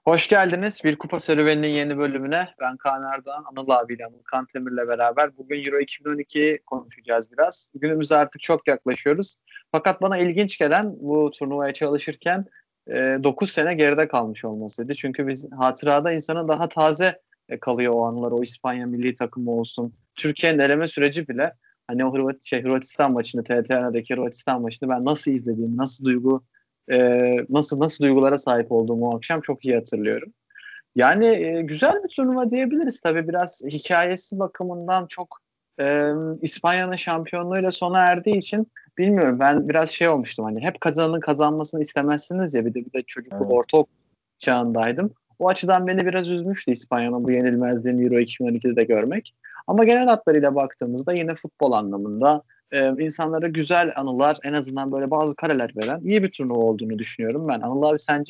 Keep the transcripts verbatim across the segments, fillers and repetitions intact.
Hoş geldiniz. Bir Kupa Serüveni'nin yeni bölümüne. Ben Kaan Erdoğan, Anıl abiyle, Anıl Kantemir'le beraber bugün Euro iki bin on ikiyi konuşacağız biraz. Günümüze artık çok yaklaşıyoruz. Fakat bana ilginç gelen bu turnuvaya çalışırken e, dokuz sene geride kalmış olmasıydı. Çünkü biz hatırada insanın daha taze e, kalıyor o anlar. O İspanya milli takımı olsun. Türkiye'nin eleme süreci bile hani o Hırvat, şey, Hırvatistan maçını, T R T Arena'daki Hırvatistan maçını ben nasıl izlediğim, nasıl duygu e, nasıl nasıl duygulara sahip olduğumu o akşam çok iyi hatırlıyorum. Yani e, güzel bir turnuva diyebiliriz. Tabii biraz hikayesi bakımından çok e, İspanya'nın şampiyonluğuyla sona erdiği için bilmiyorum. Ben biraz şey olmuştum hani hep kazananın kazanmasını istemezsiniz ya bir de bir de çocukluk Evet. ortaokul çağındaydım. O açıdan beni biraz üzmüştü İspanya'nın bu yenilmezliğini Euro iki bin on ikide de görmek. Ama genel hatlarıyla baktığımızda yine futbol anlamında e, insanlara güzel anılar en azından böyle bazı kareler veren iyi bir turnuva olduğunu düşünüyorum ben. Anıl abi sence?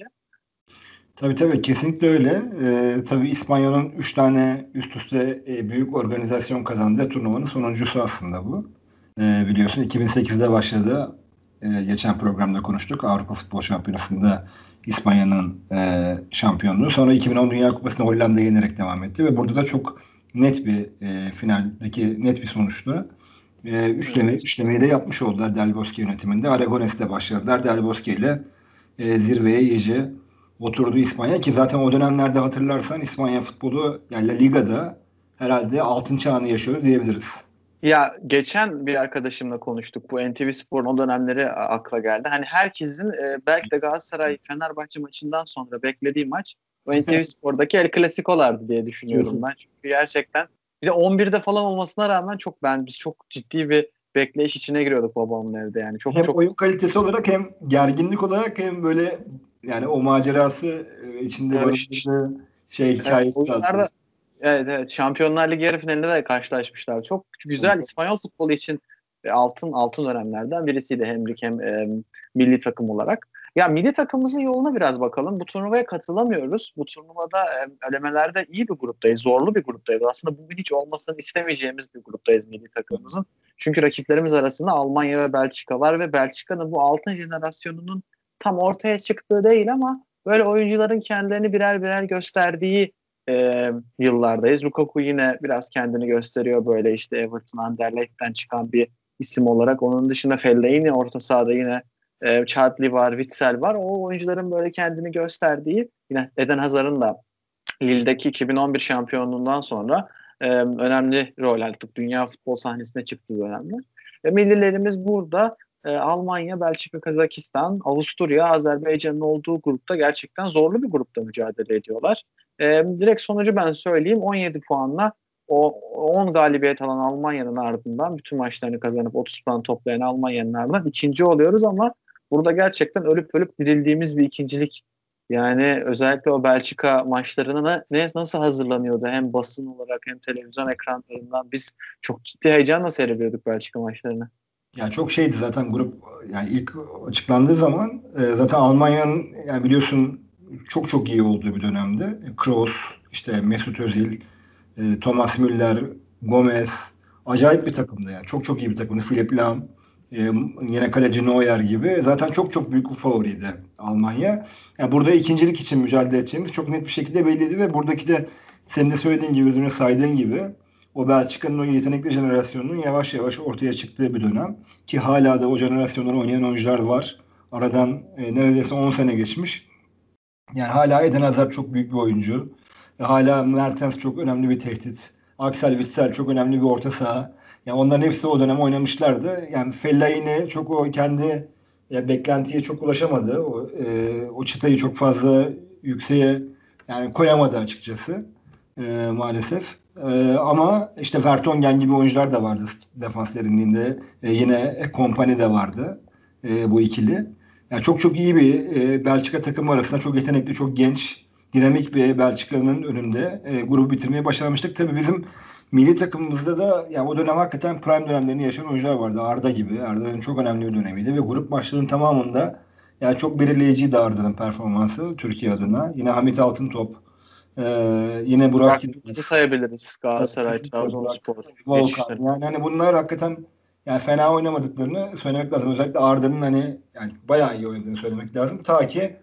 Tabii tabii kesinlikle öyle. Ee, tabii İspanya'nın üç tane üst üste e, büyük organizasyon kazandığı turnuvanın sonuncusu aslında bu. Ee, biliyorsun iki bin sekizde başladı. Ee, geçen programda konuştuk. Avrupa Futbol Şampiyonası'nda İspanya'nın e, şampiyonluğu. Sonra iki bin on Dünya Kupası'nda Hollanda'yı yenerek devam etti ve burada da çok net bir e, finaldeki net bir sonuçla e, üçleme, Evet. üçlemeyi de yapmış oldular Del Bosque yönetiminde. Aragones'te başladılar. Del Bosque ile e, zirveye iyice oturdu İspanya ki zaten o dönemlerde hatırlarsan İspanya futbolu yani La Liga'da herhalde altın çağını yaşıyor diyebiliriz. Ya geçen bir arkadaşımla konuştuk. Bu N T V Spor'un o dönemleri akla geldi. Hani herkesin e, belki de Galatasaray Fenerbahçe maçından sonra beklediği maç o N T V Spor'daki El Clasico'lardı diye düşünüyorum Kesin. ben. Çünkü gerçekten bir de on birde falan olmasına rağmen çok ben biz çok ciddi bir bekleyiş içine giriyorduk babamın evde yani. Çok Hem çok oyun kalitesi olarak hem gerginlik olarak hem böyle yani o macerası e, içinde tabii ş- barındırdığı şey evet, hikayesi lazım. oyunlarda evet, evet. Şampiyonlar Ligi yarı finalinde de karşılaşmışlar. Çok güzel İspanyol futbolu için e, altın altın dönemlerden birisiydi hem lig hem e, milli takım olarak. Ya milli takımımızın yoluna biraz bakalım. Bu turnuvaya katılamıyoruz. Bu turnuvada e, elemelerde iyi bir gruptayız. Zorlu bir gruptayız. Aslında bugün hiç olmasını istemeyeceğimiz bir gruptayız milli takımımızın. Çünkü rakiplerimiz arasında Almanya ve Belçika var ve Belçika'nın bu altın jenerasyonunun tam ortaya çıktığı değil ama böyle oyuncuların kendilerini birer birer gösterdiği e, yıllardayız. Lukaku yine biraz kendini gösteriyor böyle işte Everton, Anderlecht'ten çıkan bir isim olarak. Onun dışında Fellaini orta sahada yine e, Chadli var, Witsel var. O oyuncuların böyle kendini gösterdiği yine Eden Hazard'ın da Lille'deki iki bin on bir şampiyonluğundan sonra e, önemli rol artık dünya futbol sahnesine çıktığı dönemler. Ve millilerimiz burada e, Almanya, Belçika, Kazakistan, Avusturya, Azerbaycan'ın olduğu grupta gerçekten zorlu bir grupta mücadele ediyorlar. E, direkt sonucu ben söyleyeyim on yedi puanla o on galibiyet alan Almanya'nın ardından bütün maçlarını kazanıp otuz puan toplayan Almanya'nın ardından ikinci oluyoruz ama burada gerçekten ölüp ölüp dirildiğimiz bir ikincilik yani özellikle o Belçika maçlarına ne, nasıl hazırlanıyordu hem basın olarak hem televizyon ekranlarından biz çok ciddi heyecanla seyrediyorduk Belçika maçlarını. Ya çok şeydi zaten grup yani ilk açıklandığı zaman e, zaten Almanya'nın yani biliyorsun çok çok iyi olduğu bir dönemde. Kroos, işte Mesut Özil, e, Thomas Müller, Gomez acayip bir takımdı yani. Çok çok iyi bir takımdı. Philipp Lahm, e, yine kaleci Neuer gibi. Zaten çok çok büyük bir favoriydi Almanya. Yani burada ikincilik için mücadele edeceğimiz çok net bir şekilde belliydi ve buradaki de senin de söylediğin gibi, özür saydığın gibi o Belçika'nın o yetenekli jenerasyonunun yavaş yavaş ortaya çıktığı bir dönem. Ki hala da o jenerasyondan oynayan oyuncular var. Aradan e, neredeyse on sene geçmiş. Yani hala Eden Hazard çok büyük bir oyuncu. E, hala Mertens çok önemli bir tehdit. Axel Witsel çok önemli bir orta saha. Yani onların hepsi o dönem oynamışlardı. Yani Fellaini çok o kendi ya, beklentiye çok ulaşamadı. O, e, o çıtayı çok fazla yükseğe yani koyamadı açıkçası e, maalesef. E, ama işte Vertonghen gibi oyuncular da vardı defans derinliğinde. E, yine Kompany de vardı e, bu ikili. Yani çok çok iyi bir e, Belçika takımı arasında çok yetenekli, çok genç, dinamik bir Belçika'nın önünde e, grubu bitirmeyi başarmıştık. Tabii bizim milli takımımızda da yani o dönem hakikaten prime dönemlerini yaşayan oyuncular vardı. Arda gibi. Arda'nın çok önemli bir dönemiydi ve grup maçlarının tamamında yani çok belirleyiciydi Arda'nın performansı Türkiye adına. Yine Hamit Altıntop, e, yine Burak Burak Yılmaz'ı Yılmaz, sayabiliriz. Galatasaray, kesinlikle Burak, Trabzonspor Volkan. geçişleri. Yani hani bunlar hakikaten yani fena oynamadıklarını söylemek lazım. Özellikle Arda'nın hani yani bayağı iyi oynadığını söylemek lazım. Ta ki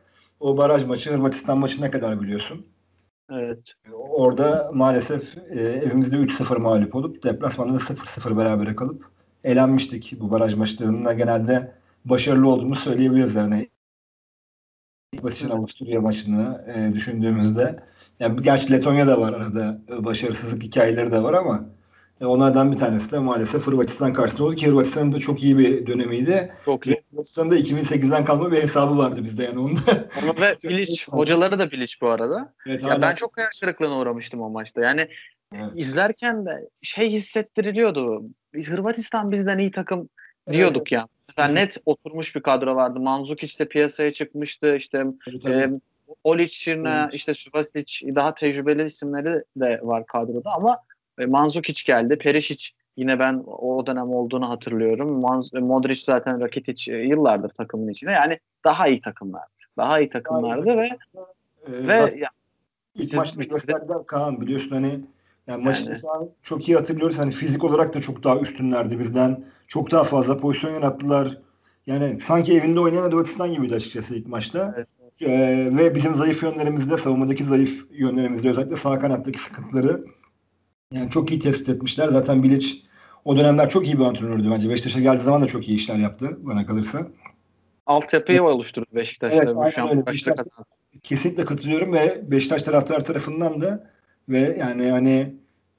o baraj maçı Hırvatistan maçına kadar biliyorsun. Evet. Orada maalesef e, evimizde üç sıfır mağlup olup deplasmanda da sıfır sıfır berabere kalıp elenmiştik. Bu baraj maçlarında genelde başarılı olduğumuzu söyleyebiliriz. Yani ilk maçın Evet. Avusturya maçını e, düşündüğümüzde yani gerçi Letonya'da var arada e, başarısızlık hikayeleri de var ama e, onlardan bir tanesi de maalesef Hırvatistan karşısında oldu ki Hırvatistan'ın da çok iyi bir dönemiydi Çok ve iyi. Hırvatistan'ın da iki bin sekizden kalma bir hesabı vardı bizde yani onu da. Onu ve Bilic, hocaları da Bilic bu arada. Evet, Ya ben hala. çok hayal kırıklığına uğramıştım o maçta. Yani Evet. izlerken de şey hissettiriliyordu. Biz Hırvatistan bizden iyi takım Evet, evet. diyorduk ya. Yani Kesin. net oturmuş bir kadro vardı. Mandzukic de piyasaya çıkmıştı. İşte Tabii, e, tabii. Olic, Şirne, Evet. işte Subasic daha tecrübeli isimleri de var kadroda ama e, Mandzukic geldi. Perisic yine ben o dönem olduğunu hatırlıyorum. Manz- Modric zaten Rakitic e, yıllardır takımın içinde. Yani daha iyi takımlardı. Daha iyi Daha iyi takımlardı takım. ve Ee, ve zaten ya ilk bitir, maçta bitirdi gösterdiler Kaan biliyorsun hani yani maçı da yani. şu an çok iyi hatırlıyoruz. Hani fizik olarak da çok daha üstünlerdi bizden. Çok daha fazla pozisyon yarattılar. Yani sanki evinde oynayan Hırvatistan gibiydi açıkçası ilk maçta. Evet. Ee, ve bizim zayıf yönlerimizde, savunmadaki zayıf yönlerimizde özellikle sağ kanattaki sıkıntıları yani çok iyi tespit etmişler. Zaten Bilic o dönemler çok iyi bir antrenördü bence. Beşiktaş'a geldiği zaman da çok iyi işler yaptı bana kalırsa. Altyapıyı oluşturdu Beşiktaş Evet, tabii şu aynen an öyle. başta Beşiktaş kazandı. kesinlikle katılıyorum ve Beşiktaş taraftar tarafından da ve yani hani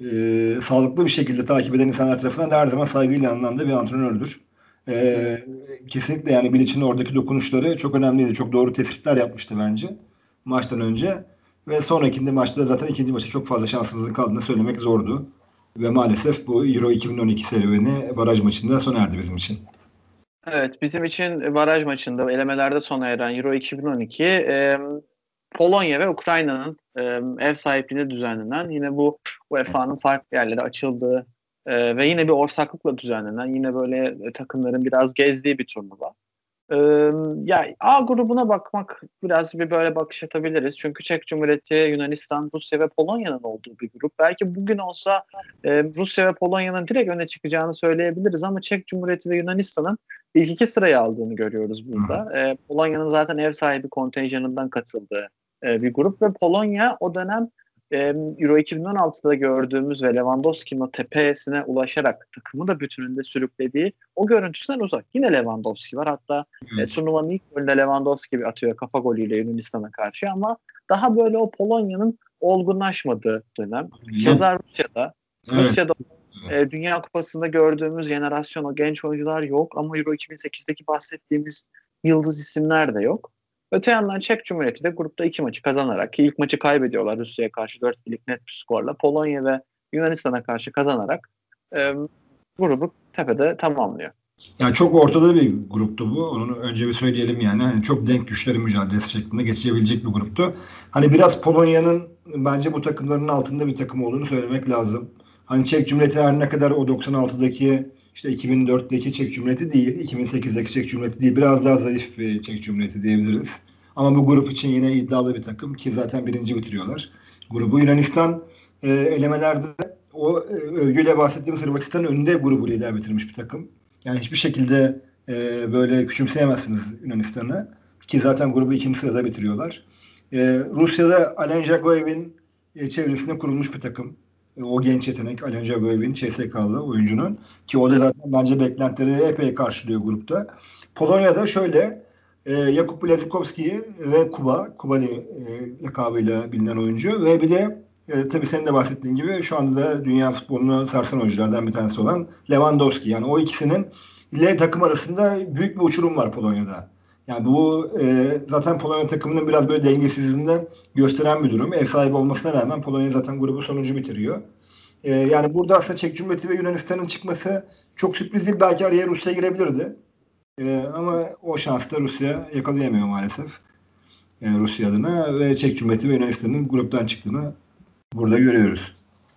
e, sağlıklı bir şekilde takip eden insanlar tarafından da her zaman saygıyla anılan da bir antrenördür. Evet. E, kesinlikle yani Bilic'in oradaki dokunuşları çok önemliydi. Çok doğru tespitler yapmıştı bence maçtan önce. Ve sonrakinde maçta zaten ikinci maçta çok fazla şansımızın kaldığını söylemek zordu. Ve maalesef bu Euro iki bin on iki serüveni baraj maçında sona erdi bizim için. Evet, bizim için baraj maçında elemelerde sona eren Euro iki bin on iki e, Polonya ve Ukrayna'nın e, ev sahipliğinde düzenlenen yine bu U E F A'nın farklı yerlere açıldığı e, ve yine bir orsaklıkla düzenlenen yine böyle e, takımların biraz gezdiği bir turnuva. Ee, Ya A grubuna bakmak biraz bir böyle bakış atabiliriz. Çünkü Çek Cumhuriyeti, Yunanistan, Rusya ve Polonya'nın olduğu bir grup. Belki bugün olsa e, Rusya ve Polonya'nın direkt öne çıkacağını söyleyebiliriz ama Çek Cumhuriyeti ve Yunanistan'ın ilk iki sırayı aldığını görüyoruz Hı hı. burada. E, Polonya'nın zaten ev sahibi kontenjanından katıldığı e, bir grup ve Polonya o dönem e, Euro iki bin on altıda gördüğümüz ve Lewandowski'nin o tepesine ulaşarak takımı da bütününde sürüklediği o görüntüsünden uzak. Yine Lewandowski var. Hatta e, Evet. turnuvanın ilk golünde Lewandowski bir atıyor kafa golüyle Yunanistan'a karşı ama daha böyle o Polonya'nın olgunlaşmadığı dönem. Ya, Keza Rusya'da. evet. Rusya'da e, Dünya Kupası'nda gördüğümüz jenerasyon o genç oyuncular yok ama Euro iki bin sekizdeki bahsettiğimiz yıldız isimler de yok. Öte yandan Çek Cumhuriyeti de grupta iki maçı kazanarak ki ilk maçı kaybediyorlar Rusya'ya karşı dört birlik net bir skorla. Polonya ve Yunanistan'a karşı kazanarak e, grubu tepede tamamlıyor. Yani çok ortada bir gruptu bu. Onu önce bir söyleyelim yani. Hani çok denk güçlerin mücadelesi şeklinde geçebilecek bir gruptu. Hani biraz Polonya'nın bence bu takımların altında bir takım olduğunu söylemek lazım. Hani Çek Cumhuriyeti her ne kadar o doksan altıdaki işte iki bin dörtteki Çek Cumhuriyeti değil, iki bin sekizdeki Çek Cumhuriyeti değil. Biraz daha zayıf bir Çek Cumhuriyeti diyebiliriz. Ama bu grup için yine iddialı bir takım ki zaten birinci bitiriyorlar. Grubu Yunanistan e, elemelerde o e, övgüyle bahsettiğimiz Hırvatistan'ın önünde grubu lider bitirmiş bir takım. Yani hiçbir şekilde e, böyle küçümseyemezsiniz Yunanistan'ı. Ki zaten grubu ikinci sırada bitiriyorlar. E, Rusya'da Alen Jagoyev'in e, çevresinde kurulmuş bir takım. E, o genç yetenek Alen Jagoyev'in C S K'lı oyuncunun. Ki o da zaten bence beklentileri epey karşılıyor grupta. Polonya'da şöyle e, Jakub Błaszczykowski ve Kuba, Kuba e, lakabıyla bilinen oyuncu ve bir de e, tabii senin de bahsettiğin gibi şu anda da dünya futbolunu sarsan oyunculardan bir tanesi olan Lewandowski. Yani o ikisinin ile takım arasında büyük bir uçurum var Polonya'da. Yani bu e, zaten Polonya takımının biraz böyle dengesizliğini gösteren bir durum. Ev sahibi olmasına rağmen Polonya zaten grubu sonuncu bitiriyor. E, yani burada aslında Çek Cumhuriyeti ve Yunanistan'ın çıkması çok sürpriz değil. Belki araya Rusya girebilirdi. E, ama o şansı da Rusya yakalayamıyor maalesef. Yani Rusya adına ve Çek Cumhuriyeti ve Yunanistan'ın gruptan çıktığını burada görüyoruz.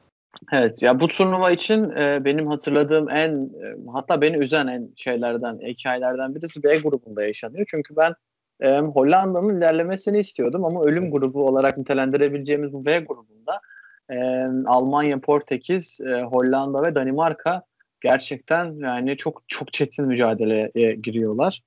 Evet ya bu turnuva için e, benim hatırladığım en e, hatta beni üzen en şeylerden hikayelerden birisi B grubunda yaşanıyor. Çünkü ben e, Hollanda'nın ilerlemesini istiyordum ama ölüm grubu olarak nitelendirebileceğimiz bu B grubunda e, Almanya, Portekiz, e, Hollanda ve Danimarka gerçekten yani çok çok çetin mücadeleye giriyorlar.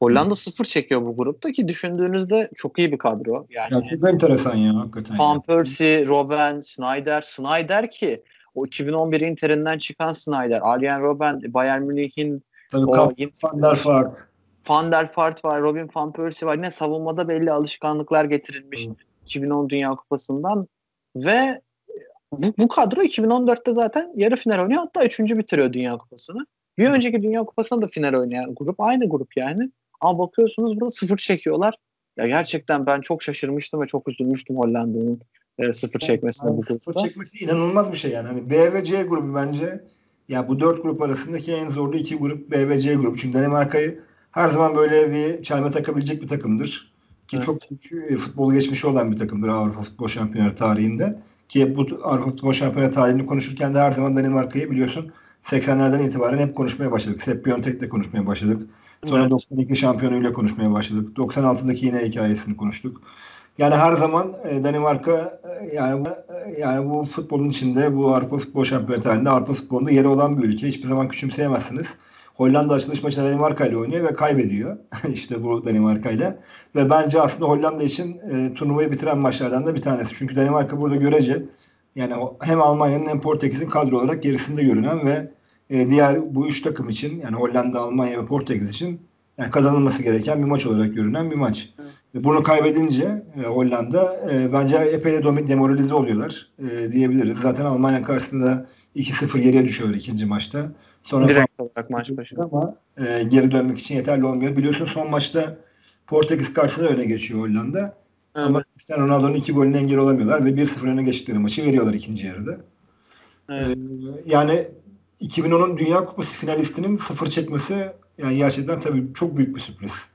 Hollanda sıfır çekiyor bu grupta ki düşündüğünüzde çok iyi bir kadro. Yani Ya çok enteresan ya hakikaten. Van ya. Persie, Robben, Sneijder, Sneijder ki o iki bin on bir Inter'inden çıkan Sneijder, Arjen Robben, Bayern Münih'in Tabii o Kamp, yine Van der Vaart. Van der Vaart var, Robin van Persie var. Yine savunmada belli alışkanlıklar getirilmiş Evet. iki bin on Dünya Kupası'ndan ve bu, bu kadro iki bin on dörtte zaten yarı final oynuyor. Hatta üçüncü bitiriyor Dünya Kupası'nı. Bir önceki Dünya Kupası'nda da final oynayan grup. Aynı grup yani. Ama bakıyorsunuz burada sıfır çekiyorlar. Ya gerçekten ben çok şaşırmıştım ve çok üzülmüştüm Hollanda'nın e, sıfır çekmesine Yani bu sıfır grupta. çekmesi inanılmaz bir şey yani. Hani B ve C grubu bence ya bu dört grup arasındaki en zorlu iki grup B ve C grubu. Çünkü Danimarka'yı her zaman böyle bir çelme takabilecek bir takımdır. Ki Evet. çok büyük futbol geçmişi olan bir takımdır Avrupa Futbol Şampiyonası tarihinde. Ki bu Avrupa Futbol Şampiyonası tarihini konuşurken de her zaman Danimarka'yı biliyorsun seksenlerden itibaren hep konuşmaya başladık. Sepp Piontek'le konuşmaya başladık. Sonra Evet. doksan iki şampiyonuyla konuşmaya başladık. doksan altıdaki yine hikayesini konuştuk. Yani her zaman e, Danimarka e, yani e, yani bu futbolun içinde bu Avrupa Futbol Şampiyonası tarihinde Avrupa futbolunda yeri olan bir ülke. Hiçbir zaman küçümseyemezsiniz. Hollanda açılış maçında Danimarka ile oynuyor ve kaybediyor. İşte bu Danimarka ile. Ve bence aslında Hollanda için e, turnuvayı bitiren maçlardan da bir tanesi. Çünkü Danimarka burada görece yani hem Almanya'nın hem Portekiz'in kadro olarak gerisinde görünen ve e, diğer bu üç takım için yani Hollanda, Almanya ve Portekiz için yani kazanılması gereken bir maç olarak görünen bir maç. Evet. Bunu kaybedince e, Hollanda e, bence epey de demoralize oluyorlar e, diyebiliriz. Zaten Almanya karşısında iki sıfır geriye düşüyor ikinci maçta. Sonra Direkt olarak maç başı. ama e, geri dönmek için yeterli olmuyor. Biliyorsun son maçta Portekiz karşısında öne geçiyor Hollanda. Evet. Ama Cristiano Ronaldo'nun iki golüne engel olamıyorlar ve bir sıfır öne geçtikleri maçı veriyorlar ikinci yarıda. Evet. E, yani iki bin onun Dünya Kupası finalistinin sıfır çekmesi yani gerçekten tabii çok büyük bir sürpriz.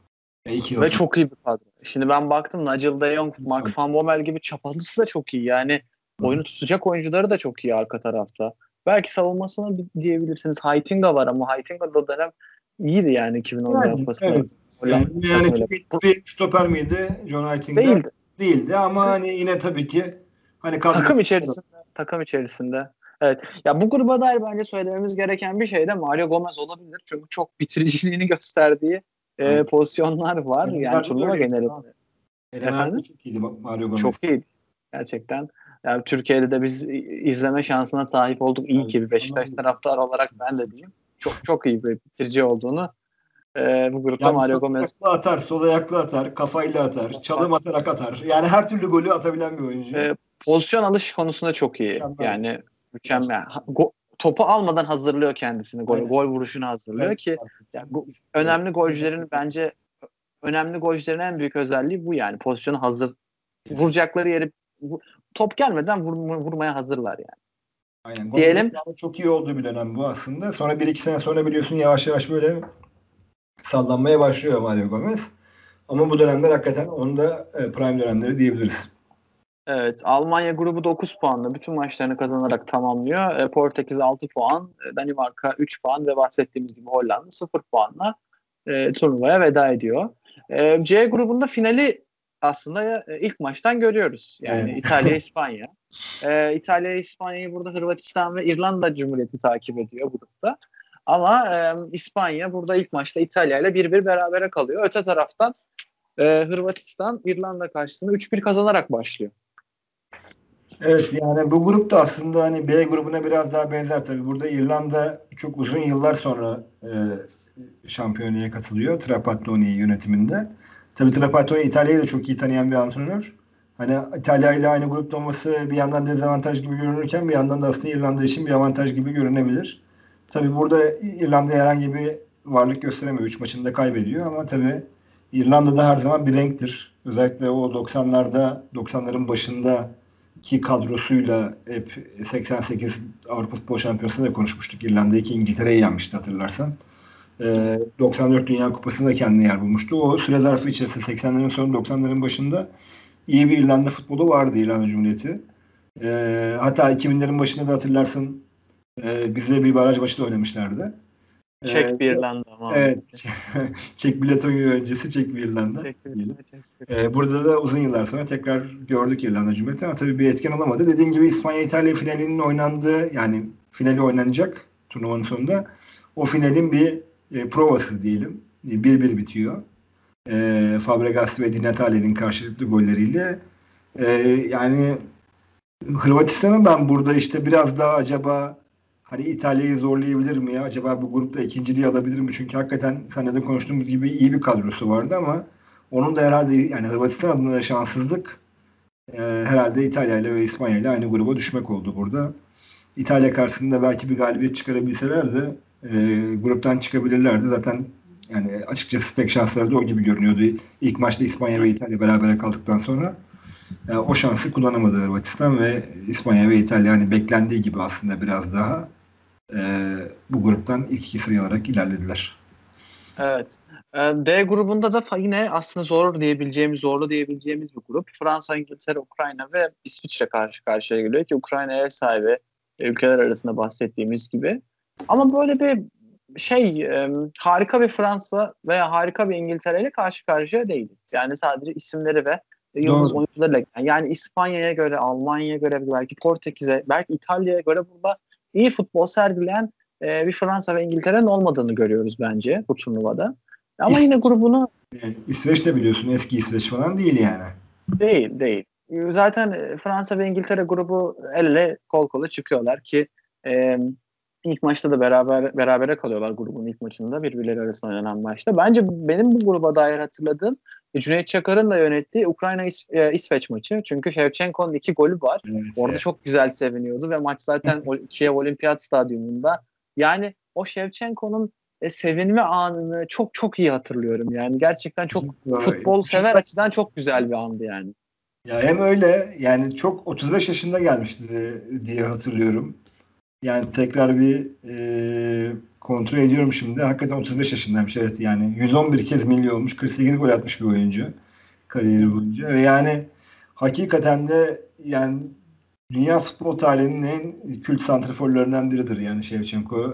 E, iki yıl Ve sonra. çok iyi bir kadro. Şimdi ben baktım Nigel de Jong, Mark van Bommel gibi çapalısı da çok iyi. Yani oyunu tutacak oyuncuları da çok iyi arka tarafta. Belki savunmasına diyebilirsiniz. Heitinga var ama Heitinga da dönem iyiydi yani iki bin on Yani, Kupası'nda. evet. Yani, yani tabii bir stoper miydi John Heitinga? Değildi. Değildi ama hani yine tabii ki hani kadro takım içerisinde takım içerisinde. Evet. Ya bu gruba dair bence söylememiz gereken bir şey de Mario Gomez olabilir. Çünkü çok bitiriciliğini gösterdiği e, pozisyonlar var. Yani Yani turnuva genelinde. Efendim? Çok iyiydi Mario Gomez. Çok iyi. Gerçekten. Yani Türkiye'de de biz izleme şansına sahip olduk. İyi ki bir Beşiktaş taraftarı olarak ben de diyeyim. Çok çok iyi bir bitirici olduğunu e, bu grupta yani Mario Gomez. Sol ayaklı atar, sol ayaklı atar, kafayla atar, çalım atarak atar. Yani her türlü golü atabilen bir oyuncu. E, pozisyon alış konusunda çok iyi. Mükemmel. Yani mükemmel. Go- topu almadan hazırlıyor kendisini. Gol, gol vuruşunu hazırlıyor evet, ki yani bu önemli golcülerin bence önemli golcülerin en büyük özelliği bu yani. Pozisyonu hazır. Vuracakları yeri top gelmeden vur, vurmaya hazırlar yani. Aynen. Diyelim. Çok iyi olduğu bir dönem bu aslında. Sonra bir iki sene sonra biliyorsun yavaş yavaş böyle sallanmaya başlıyor Mario Gomez. Ama bu dönemler hakikaten onun da prime dönemleri diyebiliriz. Evet. Almanya grubu dokuz puanla bütün maçlarını kazanarak tamamlıyor. E, Portekiz altı puan, e, Danimarka üç puan ve bahsettiğimiz gibi Hollanda sıfır puanla e, turnuvaya veda ediyor. E, C grubunda finali aslında e, ilk maçtan görüyoruz. Yani evet. İtalya-İspanya. e, İtalya-İspanya'yı burada Hırvatistan ve İrlanda Cumhuriyeti takip ediyor grupta. Ama e, İspanya burada ilk maçta İtalya ile bir bir berabere kalıyor. Öte taraftan e, Hırvatistan İrlanda karşısında üç bir kazanarak başlıyor. Evet yani bu grup da aslında hani B grubuna biraz daha benzer tabii. Burada İrlanda çok uzun yıllar sonra e, şampiyonaya katılıyor Trapattoni yönetiminde. Tabii Trapattoni İtalya'yı da çok iyi tanıyan bir antrenör. Hani İtalya ile aynı grupta olması bir yandan dezavantaj gibi görünürken bir yandan da aslında İrlanda için bir avantaj gibi görünebilir. Tabii burada İrlanda herhangi bir varlık gösteremiyor. Üç maçında kaybediyor ama tabii İrlanda'da her zaman bir renktir. Özellikle o doksanlarda doksanların başında ki kadrosuyla hep seksen sekiz Avrupa Futbol Şampiyonası'nda konuşmuştuk. İrlanda'yı ki İngiltere'yi yenmişti hatırlarsan. Ee, doksan dört Dünya Kupası'nda kendine yer bulmuştu. O süre zarfı içerisinde seksenlerin sonu doksanların başında iyi bir İrlanda futbolu vardı İrlanda Cumhuriyeti. Ee, hatta iki binlerin başında da hatırlarsın e, bize bir baraj maçı da oynamışlardı. Çek bir İrlanda ama. Evet. Çek Biletonya öncesi Çek bir İrlanda. Çek bir, çek bir. Ee, burada da uzun yıllar sonra tekrar gördük İrlanda Cumhuriyeti ama tabii bir etken olamadı. Dediğim gibi İspanya-İtalya finalinin oynandığı yani finali oynanacak turnuvanın sonunda. O finalin bir e, provası diyelim. bir bir bitiyor. E, Fabregas ve Di Natale'nin karşılıklı golleriyle. E, yani Hırvatistan'ın ben burada işte biraz daha acaba hani İtalya'yı zorlayabilir mi? Acaba bu grupta ikinciliği alabilir mi? Çünkü hakikaten seninle de konuştuğumuz gibi iyi bir kadrosu vardı ama onun da herhalde yani Hırvatistan adına da şanssızlık e, herhalde İtalya ile ve İspanya ile aynı gruba düşmek oldu burada. İtalya karşısında belki bir galibiyet çıkarabilselerdi e, gruptan çıkabilirlerdi. Zaten yani açıkçası tek şansları da o gibi görünüyordu. İlk maçta İspanya ve İtalya beraber kaldıktan sonra e, o şansı kullanamadı Hırvatistan ve İspanya ve İtalya hani beklendiği gibi aslında biraz daha e, bu gruptan ilk iki sırayı alarak ilerlediler. Evet. Ee, D grubunda da yine aslında zor diyebileceğimiz, zorlu diyebileceğimiz bir grup. Fransa, İngiltere, Ukrayna ve İsviçre karşı karşıya geliyor ki Ukrayna ev sahibi ülkeler arasında bahsettiğimiz gibi. Ama böyle bir şey e, harika bir Fransa veya harika bir İngiltere ile karşı karşıya değiliz. Yani sadece isimleri ve yıldız Doğru. oyuncularıyla. Yani İspanya'ya göre, Almanya'ya göre, belki Portekiz'e, belki İtalya'ya göre burada iyi futbol sergileyen e, bir Fransa ve İngiltere'nin olmadığını görüyoruz bence bu turnuvada. Ama yine grubunu Yani İsveç de biliyorsun eski İsveç falan değil yani. değil, değil. Zaten e, Fransa ve İngiltere grubu el ele kol kola çıkıyorlar ki e, ilk maçta da beraber berabere kalıyorlar grubun ilk maçında birbirleri arasında oynanan maçta. Bence benim bu gruba dair hatırladığım e, Cüneyt Çakır'ın da yönettiği Ukrayna İs- e, İsveç maçı. Çünkü Shevchenko'nun iki golü var. Evet, Orada evet. çok güzel seviniyordu ve maç zaten o- Kiev Olimpiyat Stadyumunda. Yani o Shevchenko'nun e, sevinme anını çok çok iyi hatırlıyorum. Yani gerçekten çok futbol sever açıdan çok güzel bir andı yani. Ya hem öyle yani çok otuz beş yaşında gelmişti diye hatırlıyorum. Yani tekrar bir e, kontrol ediyorum şimdi. Hakikaten otuz beş yaşındaymış evet yani. yüz on bir kez milli olmuş. kırk sekiz gol atmış bir oyuncu kariyeri boyunca. Ve yani hakikaten de yani dünya futbol tarihinin en kült santraforlarından biridir yani Shevchenko.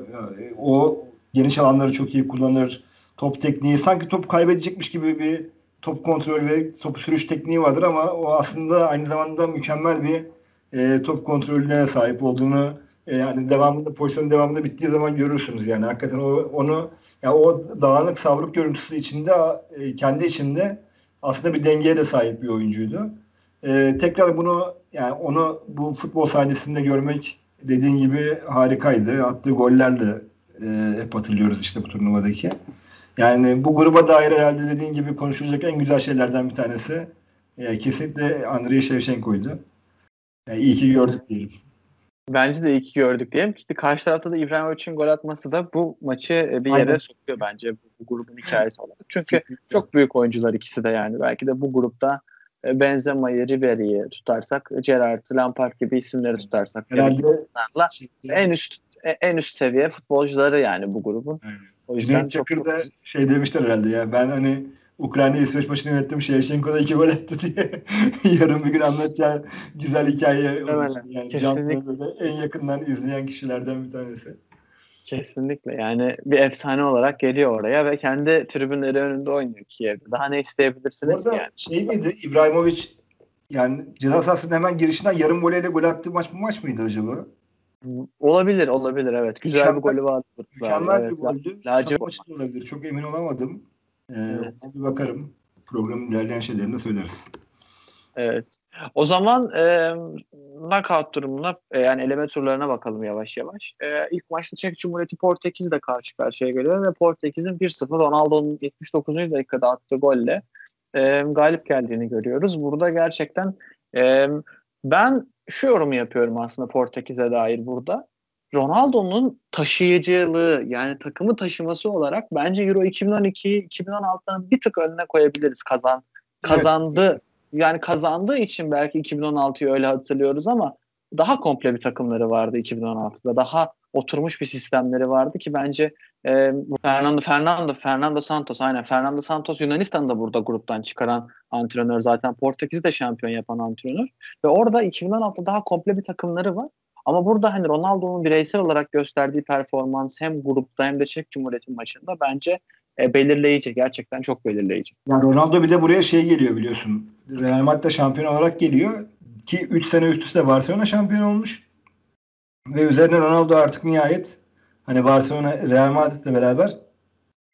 O geniş alanları çok iyi kullanır. Top tekniği sanki top kaybedecekmiş gibi bir top kontrolü ve top sürüş tekniği vardır ama o aslında aynı zamanda mükemmel bir e, top kontrolüne sahip olduğunu e, yani devamında pozisyonun devamında bittiği zaman görürsünüz yani hakikaten o onu ya o dağınık savruk görüntüsü içinde e, kendi içinde aslında bir dengeye de sahip bir oyuncuydu. E, tekrar bunu yani onu bu futbol sahnesinde görmek dediğin gibi harikaydı. Attığı goller de e, hep hatırlıyoruz işte bu turnuvadaki. Yani bu gruba dair herhalde dediğin gibi konuşulacak en güzel şeylerden bir tanesi e, kesinlikle Andrei Shevchenko'ydu. Yani iyi ki gördük diyelim. Bence de iyi ki gördük diyelim. İşte karşı tarafta da İbrahimovic'in gol atması da bu maçı bir yere Aynen. sokuyor bence bu, bu grubun hikayesi olarak. Çünkü çok büyük oyuncular ikisi de yani. Belki de bu grupta e, Benzema'yı, Ribery'i tutarsak, Gerrard'ı, Lampard gibi isimleri tutarsak Herhalde en üst en üst seviye futbolcuları yani bu grubun. Aynen. O yüzden Cüneyt çok, Çakır çok da şey demişler herhalde ya ben hani Ukrayna İsveç maçını yönettim Shevchenko da iki gol attı diye yarın bir gün anlatacağı güzel hikaye olmuş. Yani kesinlikle. canlı böyle en yakından izleyen kişilerden bir tanesi. Kesinlikle yani bir efsane olarak geliyor oraya ve kendi tribünleri önünde oynuyor Kiev'de. Daha ne isteyebilirsiniz ki yani? Şey miydi İbrahimovic yani ceza sahasının hemen girişinden yarım voleyle gol attığı maç bu maç mıydı acaba? Olabilir, olabilir evet. Güzel Mükemmel, bir golü vardı. mükemmel Evet. bir goldü. Son maçı da olabilir. Çok emin olamadım. Ee, Evet. Bir bakarım. Programın ilerleyen şeylerini söyleriz. Evet. O zaman e, knockout durumuna e, yani eleme turlarına bakalım yavaş yavaş. E, ilk maçta Çek Cumhuriyeti Portekiz'le karşı karşıya geliyor ve Portekiz'in bir sıfır Ronaldo'nun yetmiş dokuzuncu dakikada attığı golle e, galip geldiğini görüyoruz. Burada gerçekten e, ben şu yorumu yapıyorum aslında Portekiz'e dair burada. Ronaldo'nun taşıyıcılığı yani takımı taşıması olarak bence Euro iki bin on iki iki bin on altıdan bir tık önüne koyabiliriz kazan kazandı. Evet. Yani kazandığı için belki iki bin on altıyı öyle hatırlıyoruz ama daha komple bir takımları vardı iki bin on altıda. Daha oturmuş bir sistemleri vardı ki bence e, Fernando Fernando Fernando Santos aynen Fernando Santos Yunanistan'ı da burada gruptan çıkaran antrenör zaten Portekiz'i de şampiyon yapan antrenör ve orada iki bin on altıda daha komple bir takımları var. Ama burada hani Ronaldo'nun bireysel olarak gösterdiği performans hem grupta hem de Çek Cumhuriyeti maçında bence e, belirleyici. Gerçekten çok belirleyici. Yani Ronaldo bir de buraya şey geliyor biliyorsun. Real Madrid'de şampiyon olarak geliyor. Ki üç sene üst üste Barcelona şampiyon olmuş. Ve üzerine Ronaldo artık nihayet hani Barcelona Real Madrid'le beraber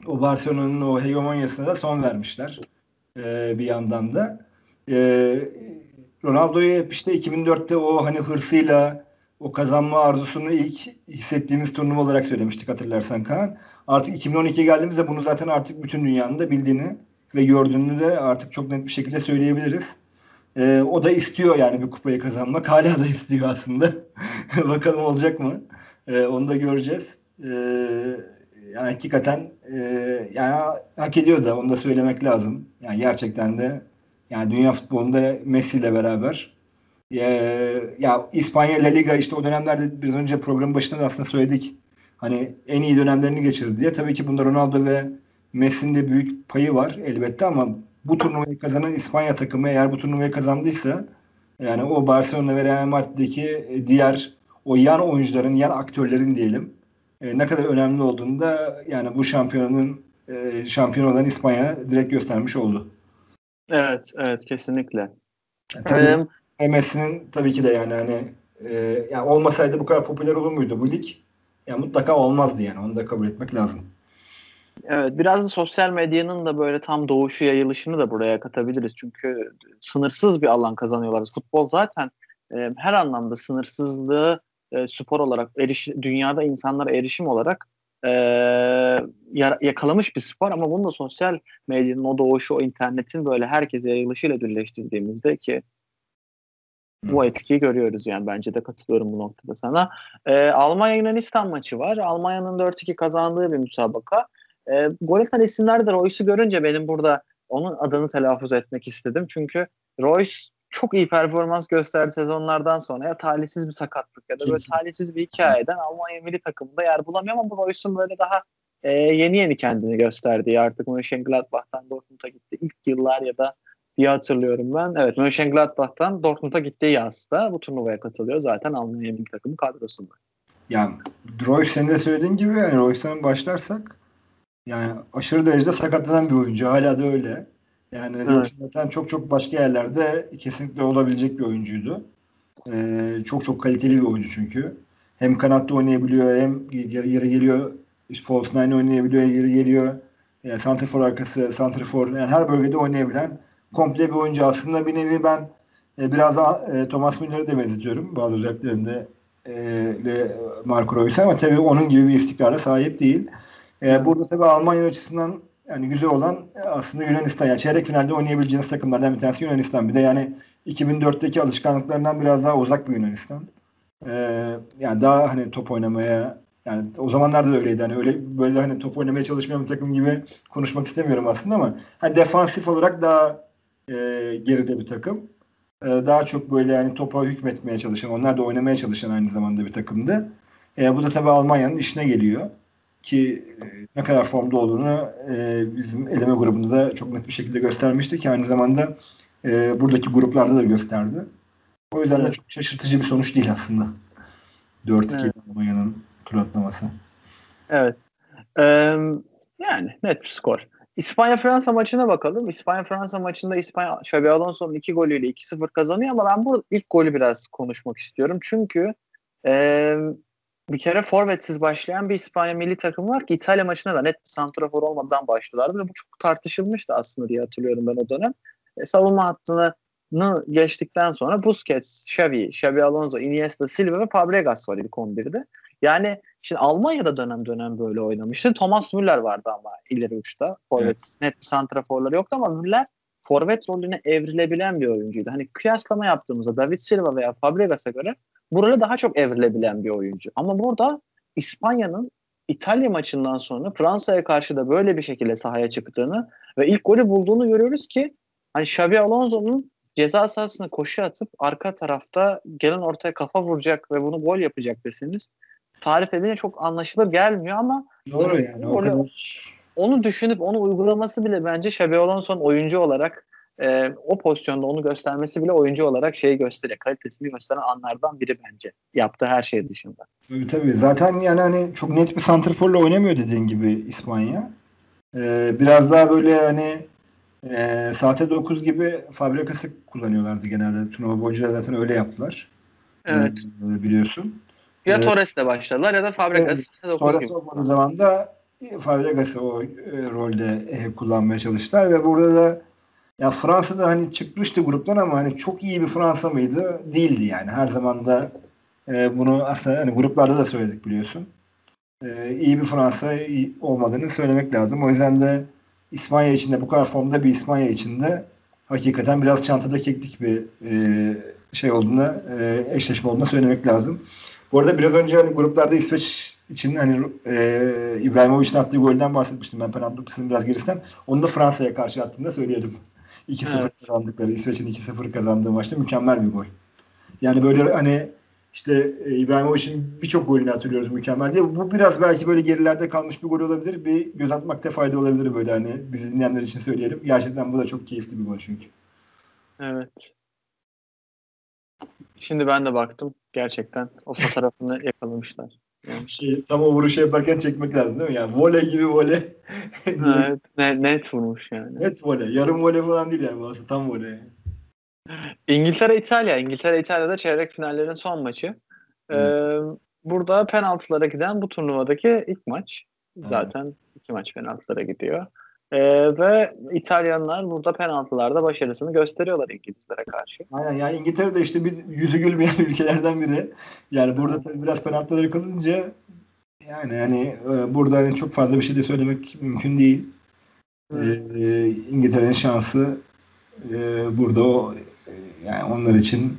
o Barcelona'nın o hegemonyasına da son vermişler. Ee, bir yandan da. Ee, Ronaldo'yu hep işte iki bin dörtte o hani hırsıyla o kazanma arzusunu ilk hissettiğimiz turnuva olarak söylemiştik, hatırlarsan Kaan. Artık iki bin on ikiye geldiğimizde bunu zaten artık bütün dünyanın da bildiğini ve gördüğünü de artık çok net bir şekilde söyleyebiliriz. Ee, o da istiyor yani bir kupayı kazanmak. Hala da istiyor aslında. Bakalım olacak mı? Ee, onu da göreceğiz. Ee, yani hakikaten e, yani hak ediyor da, onu da söylemek lazım. Yani gerçekten de yani dünya futbolunda Messi ile beraber e, ya İspanya La Liga işte o dönemlerde biraz önce programın başında da aslında söyledik. Hani en iyi dönemlerini geçirdi diye. Tabii ki bunda Ronaldo ve Messi'nin de büyük payı var elbette, ama bu turnuvayı kazanan İspanya takımı eğer bu turnuvayı kazandıysa, yani o Barcelona ve Real Madrid'deki diğer o yan oyuncuların, yan aktörlerin diyelim, e, ne kadar önemli olduğunu da yani bu şampiyonun e, şampiyon olan İspanya direkt göstermiş oldu. Evet, evet kesinlikle. Yani Ee, tabii Messi'nin tabii ki de yani hani e, yani olmasaydı bu kadar popüler olur muydu bu lig? Yani mutlaka olmazdı yani. Onu da kabul etmek lazım. Evet, biraz da sosyal medyanın da böyle tam doğuşu, yayılışını da buraya katabiliriz. Çünkü sınırsız bir alan kazanıyorlar. Futbol zaten e, her anlamda sınırsızlığı e, spor olarak, eriş, dünyada insanlara erişim olarak e, ya- yakalamış bir spor. Ama bunu da sosyal medyanın o doğuşu, o internetin böyle herkese yayılışıyla birleştirdiğimizde ki bu etkiyi görüyoruz yani, bence de katılıyorum bu noktada sana. Ee, Almanya-Yunanistan maçı var. Almanya'nın dört iki kazandığı bir müsabaka. Ee, gol atan isimler Royce'u görünce benim burada onun adını telaffuz etmek istedim. Çünkü Royce çok iyi performans gösterdi sezonlardan sonra. Ya talihsiz bir sakatlık ya da böyle Kesin. talihsiz bir hikayeden Almanya milli takımında yer bulamıyor, ama bu Royce'un böyle daha e, yeni yeni kendini gösterdiği, artık Mönchengladbach'tan Dortmund'a gitti. İlk yıllar ya da diye hatırlıyorum ben. Evet, Mönchengladbach'tan Dortmund'a gittiği yazda bu turnuvaya katılıyor. Zaten Almanya milli takımı kadrosunda. Yani Royce, senin de söylediğin gibi, yani Royce'dan başlarsak yani aşırı derecede sakatlanan bir oyuncu. Hala da öyle. Yani Evet. yoksa zaten çok çok başka yerlerde kesinlikle olabilecek bir oyuncuydu. Ee, çok çok kaliteli bir oyuncu çünkü. Hem kanatta oynayabiliyor, hem yere, yere geliyor. İşte false nine oynayabiliyor, yere geliyor. Yani santrafor arkası, santrafor, yani her bölgede oynayabilen komple bir oyuncu. Aslında bir nevi ben e, biraz daha e, Thomas Müller'e de benzetiyorum bazı özelliklerinde e, ve Marco Reus'e, ama tabii onun gibi bir istikrara sahip değil. E, Evet. burada tabii Almanya açısından yani güzel olan e, aslında Yunanistan. Yani çeyrek finalde oynayabileceğiniz takımlardan bir tanesi Yunanistan. Bir de yani iki bin dörtteki alışkanlıklarından biraz daha uzak bir Yunanistan. Ee, yani daha hani top oynamaya, yani o zamanlarda da öyleydi. Hani öyle böyle hani top oynamaya çalışmayan bir takım gibi konuşmak istemiyorum aslında, ama hani defansif olarak daha e, geride bir takım. Ee, daha çok böyle yani topa hükmetmeye çalışan, onlar da oynamaya çalışan aynı zamanda bir takımdı. Ee, bu da tabii Almanya'nın işine geliyor ki e, ne kadar formda olduğunu e, bizim eleme grubunda da çok net bir şekilde göstermişti ki aynı zamanda e, buradaki gruplarda da gösterdi. O yüzden de Evet. çok şaşırtıcı bir sonuç değil aslında. dört iki Evet. Almanya'nın tur atlaması. Evet. Ee, Yani net bir skor. İspanya-Fransa maçına bakalım. İspanya-Fransa maçında İspanya Xabi Alonso'nun iki golüyle iki sıfır kazanıyor, ama ben bu ilk golü biraz konuşmak istiyorum. Çünkü e, bir kere forvetsiz başlayan bir İspanya milli takımı var ki İtalya maçına da net bir santrafor olmadan başlıyorlardı ve bu çok tartışılmıştı aslında diye hatırlıyorum ben o dönem. E, savunma hattını geçtikten sonra Busquets, Xavi, Xabi Alonso, Iniesta, Silva ve Fabregas var ilk on birde. Yani şimdi Almanya'da dönem dönem böyle oynamıştı. Thomas Müller vardı ama ileri uçta. Evet. Forvet, net bir santraforları yoktu, ama Müller forvet rolüne evrilebilen bir oyuncuydu. Hani kıyaslama yaptığımızda David Silva veya Fabregas'a göre burada daha çok evrilebilen bir oyuncu. Ama burada İspanya'nın İtalya maçından sonra Fransa'ya karşı da böyle bir şekilde sahaya çıktığını ve ilk golü bulduğunu görüyoruz ki hani Xabi Alonso'nun ceza sahasına koşu atıp arka tarafta gelen ortaya kafa vuracak ve bunu gol yapacak deseniz tarif edince çok anlaşılır gelmiyor, ama Doğru, hani yani o öyle kadar. onu düşünüp onu uygulaması bile bence Xabi Alonso'nun oyuncu olarak e, o pozisyonda onu göstermesi bile oyuncu olarak şeyi gösteriyor. Kalitesini gösteren anlardan biri bence. Yaptığı her şey dışında. Tabii tabii. Zaten yani hani çok net bir santrforla oynamıyor dediğin gibi İspanya. Ee, biraz daha böyle hani e, sahte dokuz gibi Fabregas'ı kullanıyorlardı genelde. Turnuva boyunca zaten öyle yaptılar. Ee, Evet. biliyorsun. Ya Ee, Torres'le başladılar ya da Fabregas dokuz gibi. Sonrası olmadığı zaman da Fabregas'ı o e, rolde e, kullanmaya çalıştılar ve burada da ya Fransa'da hani çıkmıştı gruptan ama hani çok iyi bir Fransa mıydı? Değildi yani. Her zaman da e, bunu aslında hani gruplarda da söyledik biliyorsun. E, iyi bir Fransa olmadığını söylemek lazım. O yüzden de İspanya için de bu kadar formda bir İspanya için de hakikaten biraz çantada keklik bir e, şey olduğuna, e, eşleşme olduğuna söylemek lazım. Bu arada biraz önce hani gruplarda İsveç için hani e, İbrahimovic'in attığı golden bahsetmiştim ben penaltı noktasının biraz gerisinden. Onu da Fransa'ya karşı attığında söyleyelim. iki sıfır Evet. kazandıkları, İsveç'in iki sıfır kazandığı maçta mükemmel bir gol. Yani böyle hani işte e, İbrahimovic'in birçok golünü hatırlıyoruz mükemmel diye. Bu biraz belki böyle gerilerde kalmış bir gol olabilir. Bir göz atmakta fayda olabilir böyle hani bizi dinleyenler için söyleyelim. Gerçekten bu da çok keyifli bir gol çünkü. Evet. Şimdi ben de baktım. Gerçekten o fotoğrafını yakalamışlar. Yani. Şey, tam o vuruşu yaparken çekmek lazım değil mi? Yani voley gibi voley. Evet. Ne, net vurmuş yani. Net voley. Yarım voley falan değil yani. Bu aslında tam voley. İngiltere İtalya. İngiltere İtalya'da çeyrek finallerin son maçı. Ee, burada penaltılara giden bu turnuvadaki ilk maç. Zaten iki maç penaltılara gidiyor. Ee, ve İtalyanlar burada penaltılarda başarısını gösteriyorlar İngilizlere karşı. Aynen yani İngiltere de işte bir yüzü gülmeyen ülkelerden biri. Yani burada tabii biraz penaltılara kalınca yani hani e, burada hani çok fazla bir şey de söylemek mümkün değil. E, İngiltere'nin şansı e, burada o e, yani onlar için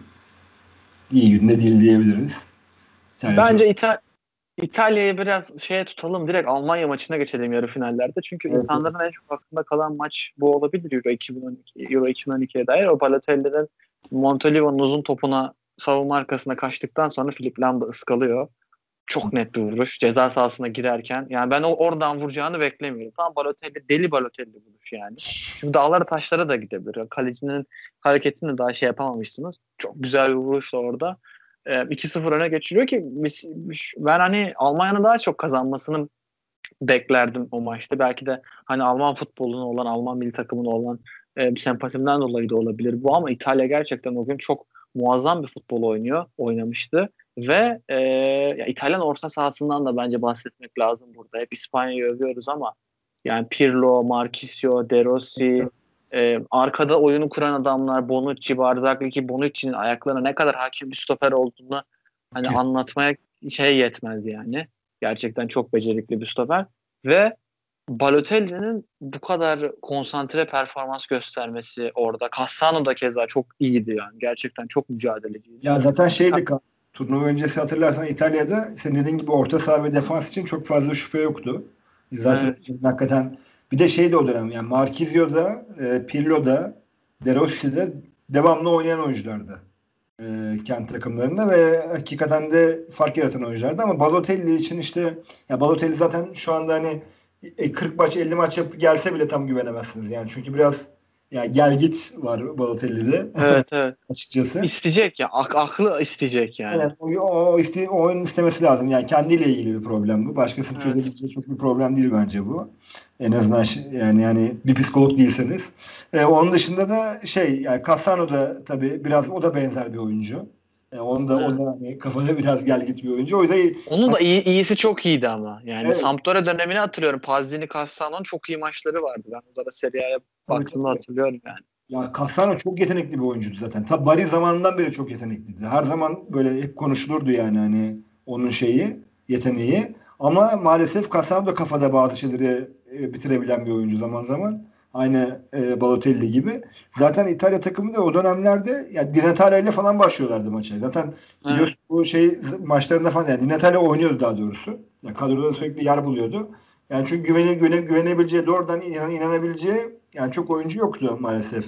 iyi günde değil diyebiliriz. İtalya Bence çok... İta İtalya'yı biraz şeye tutalım. Direkt Almanya maçına geçelim yarı finallerde. Çünkü Evet, insanların en çok aklında kalan maç bu olabilir Euro iki bin on iki, Euro iki bin on ikiye dair. O Balotelli'nin Montolivo'nun uzun topuna savunma arkasına kaçtıktan sonra Philipp Lahm da ıskalıyor. Çok net bir vuruş. Ceza sahasına girerken. Yani ben o oradan vuracağını beklemiyorum. Tam Balotelli, deli Balotelli vuruş yani. Çünkü dağlara taşlara da gidebilir. Kalecinin hareketini daha şey yapamamışsınız. Çok güzel bir vuruşla orada. E, iki sıfır öne geçiriyor ki biz, ben hani Almanya'nın daha çok kazanmasını beklerdim o maçta. Belki de hani Alman futboluna olan, Alman milli takımına olan e, bir sempatimden dolayı da olabilir bu ama İtalya gerçekten o gün çok muazzam bir futbol oynuyor, oynamıştı. Ve e, ya İtalyan orta sahasından da bence bahsetmek lazım burada. Hep İspanya'yı övüyoruz ama yani Pirlo, Marchisio, De Rossi, e, arkada oyunu kuran adamlar Bonucci, Barzagli ki Bonucci'nin ayaklarına ne kadar hakim bir stoper olduğunu hani Kesin. anlatmaya şey yetmez yani. Gerçekten çok becerikli bir stoper. Ve Balotelli'nin bu kadar konsantre performans göstermesi orada. Cassano da keza çok iyiydi yani. Gerçekten çok mücadeleciydi. Ya zaten şeydi turnuva öncesi hatırlarsan İtalya'da senin dediğin gibi orta saha ve defans için çok fazla şüphe yoktu. Zaten Evet. hakikaten bir de şeydi o dönem yani Marchisio'da, e, Pirlo'da, De Rossi'de devamlı oynayan oyunculardı. E, kendi takımlarında ve hakikaten de fark yaratan oyunculardı ama Balotelli için işte ya Balotelli zaten şu anda hani kırk maç elli maç yapıp gelse bile tam güvenemezsiniz yani çünkü biraz yani gel git var Balotelli'de. Evet, evet. Açıkçası. İsteyecek ya. Ak aklı isteyecek yani. Evet, o, o, iste, o oyun istemesi lazım. Yani kendiyle ilgili bir problem bu. Başkasının Evet. çözebileceği çok bir problem değil bence bu. En azından yani yani bir psikolog değilseniz. Ee, onun dışında da şey yani Cassano da tabii biraz o da benzer bir oyuncu. E, onda Evet. o da hani kafada biraz gel git bir oyuncu. O yüzden onun da iyi, iyisi çok iyiydi ama. Yani evet, Sampdoria dönemini hatırlıyorum. Pazzini, Cassano'nun çok iyi maçları vardı. Ben onlara Serie A'ya tabii, baktığımda tabii. hatırlıyorum yani. Ya Cassano çok yetenekli bir oyuncuydu zaten. Tabii Bari zamanından beri çok yetenekliydi. Her zaman böyle hep konuşulurdu yani hani onun şeyi, yeteneği. Ama maalesef Cassano da kafada bazı şeyleri e, bitirebilen bir oyuncu zaman zaman. Aynı e, Balotelli gibi. Zaten İtalya takımı da o dönemlerde yani Di Natale ile falan başlıyorlardı maça. Zaten biliyorsun Evet. bu şey maçlarında falan yani Di Natale oynuyordu daha doğrusu. Yani kadroda sürekli yer buluyordu. Yani çünkü güvene, güvene, güvenebileceği, doğrudan inan, inanabileceği yani çok oyuncu yoktu maalesef.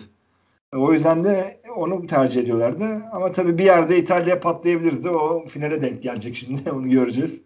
O yüzden de onu tercih ediyorlardı. Ama tabii bir yerde İtalya patlayabilirdi. O finale denk gelecek şimdi. Onu göreceğiz.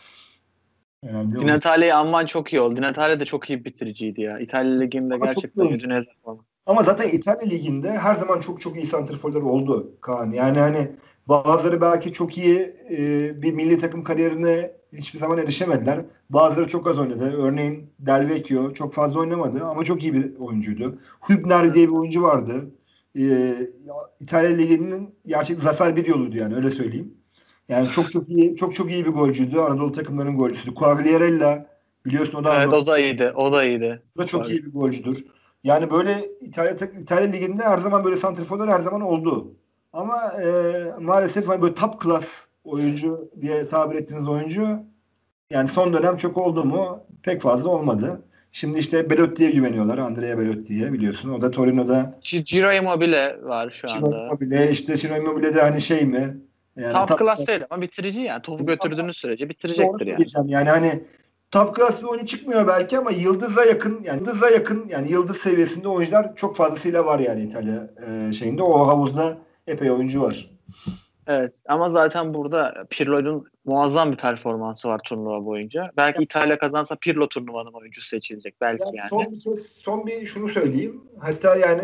Yani Di Natale'yi anman çok iyi oldu. Di Natale de çok iyi bir bitiriciydi ya. İtalya Ligi'nde ama çok gerçekten iyi. yüzüne yazık falan. Ama zaten İtalya Ligi'nde her zaman çok çok iyi santrforlar oldu Kaan. Yani hani bazıları belki çok iyi e, bir milli takım kariyerine hiçbir zaman erişemediler. Bazıları çok az oynadı. Örneğin Del Vecchio çok fazla oynamadı ama çok iyi bir oyuncuydu. Hübner diye bir oyuncu vardı. E, İtalya Ligi'nin gerçek zafer bir yoluydu yani öyle söyleyeyim. Yani çok çok iyi çok çok iyi bir golcüydü. Anadolu takımlarının golcüsüydü. Quagliarella Biliyorsun o da Evet, Andorra. o da iyiydi. O da iyiydi. O da çok Tabii. iyi bir golcüdür. Yani böyle İtalya İtalya Ligi'nde her zaman böyle santrforlar her zaman oldu. Ama e, maalesef hani böyle top class oyuncu diye tabir ettiğiniz oyuncu yani son dönem çok oldu mu? Pek fazla olmadı. Şimdi işte Belotti'ye güveniyorlar. Andrea Belotti'ye biliyorsun. O da Torino'da Ci- Ciro Immobile var şu Ciro anda. Immobile, işte Ciro Immobile de hani şey mi? Yani Top top class değil ama bitirici yani. Topu götürdüğünüz sürece İşte onu bitirecektir yani. söyleyeceğim. Yani hani top class bir oyuncu çıkmıyor belki ama yıldıza yakın yani yıldıza yakın yani yıldız seviyesinde oyuncular çok fazlasıyla var yani İtalya e, şeyinde. O havuzda epey oyuncu var. Evet ama zaten burada Pirlo'nun muazzam bir performansı var turnuva boyunca. Belki İtalya kazansa Pirlo turnuvanın oyuncusu seçilecek belki Yani yani. son bir kez son bir şunu söyleyeyim. Hatta yani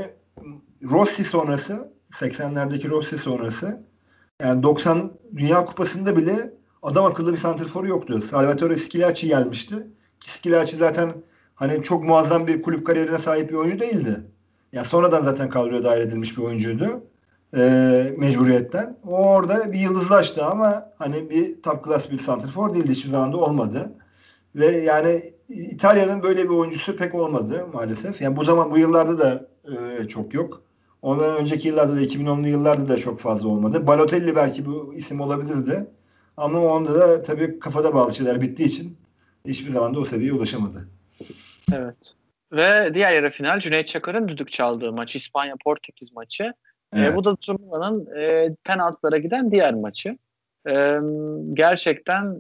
Rossi sonrası seksenlerdeki Rossi sonrası yani doksan Dünya Kupası'nda bile adam akıllı bir santrforu yoktu. Salvatore Schillaci gelmişti. Ki Schillaci zaten hani çok muazzam bir kulüp kariyerine sahip bir oyuncu değildi. Yani sonradan zaten kadroya dahil edilmiş bir oyuncuydu. Ee, mecburiyetten. O orada bir yıldızlaştı ama hani bir top class bir santrfor değildi. Hiçbir zaman da olmadı. Ve yani İtalya'nın böyle bir oyuncusu pek olmadı maalesef. Yani bu zaman bu yıllarda da e, çok yok. Ondan önceki yıllarda da iki bin onlu yıllarda da çok fazla olmadı. Balotelli belki bu isim olabilirdi. Ama onda da tabii kafada bazı şeyler bittiği için hiçbir zaman da o seviyeye ulaşamadı. Evet. Ve diğer yarı final Cüneyt Çakır'ın düdük çaldığı maç İspanya-Portekiz maçı. E, Evet. bu da turnuvanın e, penaltılara giden diğer maçı. E, gerçekten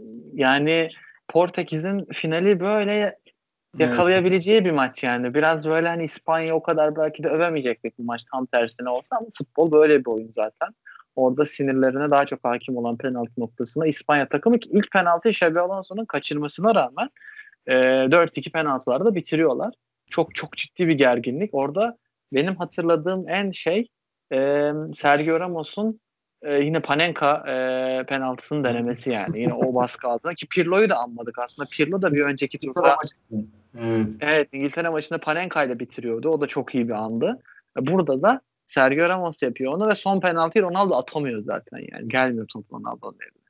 yani Portekiz'in finali böyle Evet. yakalayabileceği bir maç yani. Biraz böyle hani İspanya o kadar belki de övemeyecektik bu maç tam tersine olsa ama futbol böyle bir oyun zaten. Orada sinirlerine daha çok hakim olan penaltı noktasına İspanya takımı ki ilk penaltıyı Xabi Alonso'nun kaçırmasına rağmen e, dört iki penaltılarda bitiriyorlar. Çok çok ciddi bir gerginlik. Orada benim hatırladığım en şey e, Sergio Ramos'un e, yine Panenka e, penaltısının denemesi yani. Yine o baskı altında ki Pirlo'yu da anmadık aslında. Pirlo da bir önceki turda Evet. evet İngiltere maçında Panenka ile bitiriyordu. O da çok iyi bir andı. E, Burada da Sergio Ramos yapıyor onu ve son penaltıyı Ronaldo atamıyor zaten yani. Gelmiyor top Ronaldo'nun eline.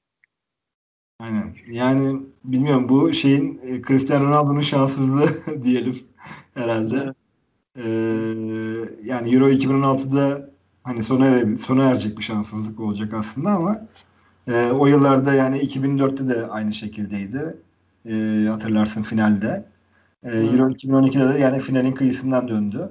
Aynen. Yani bilmiyorum bu şeyin e, Cristiano Ronaldo'nun şanssızlığı diyelim herhalde. Evet. Ee, yani Euro iki bin on altıda hani sona, ere, sona erecek bir şanssızlık olacak aslında ama e, o yıllarda yani iki bin dörtte de aynı şekildeydi. E, hatırlarsın finalde. E, Euro iki bin on ikide de yani finalin kıyısından döndü.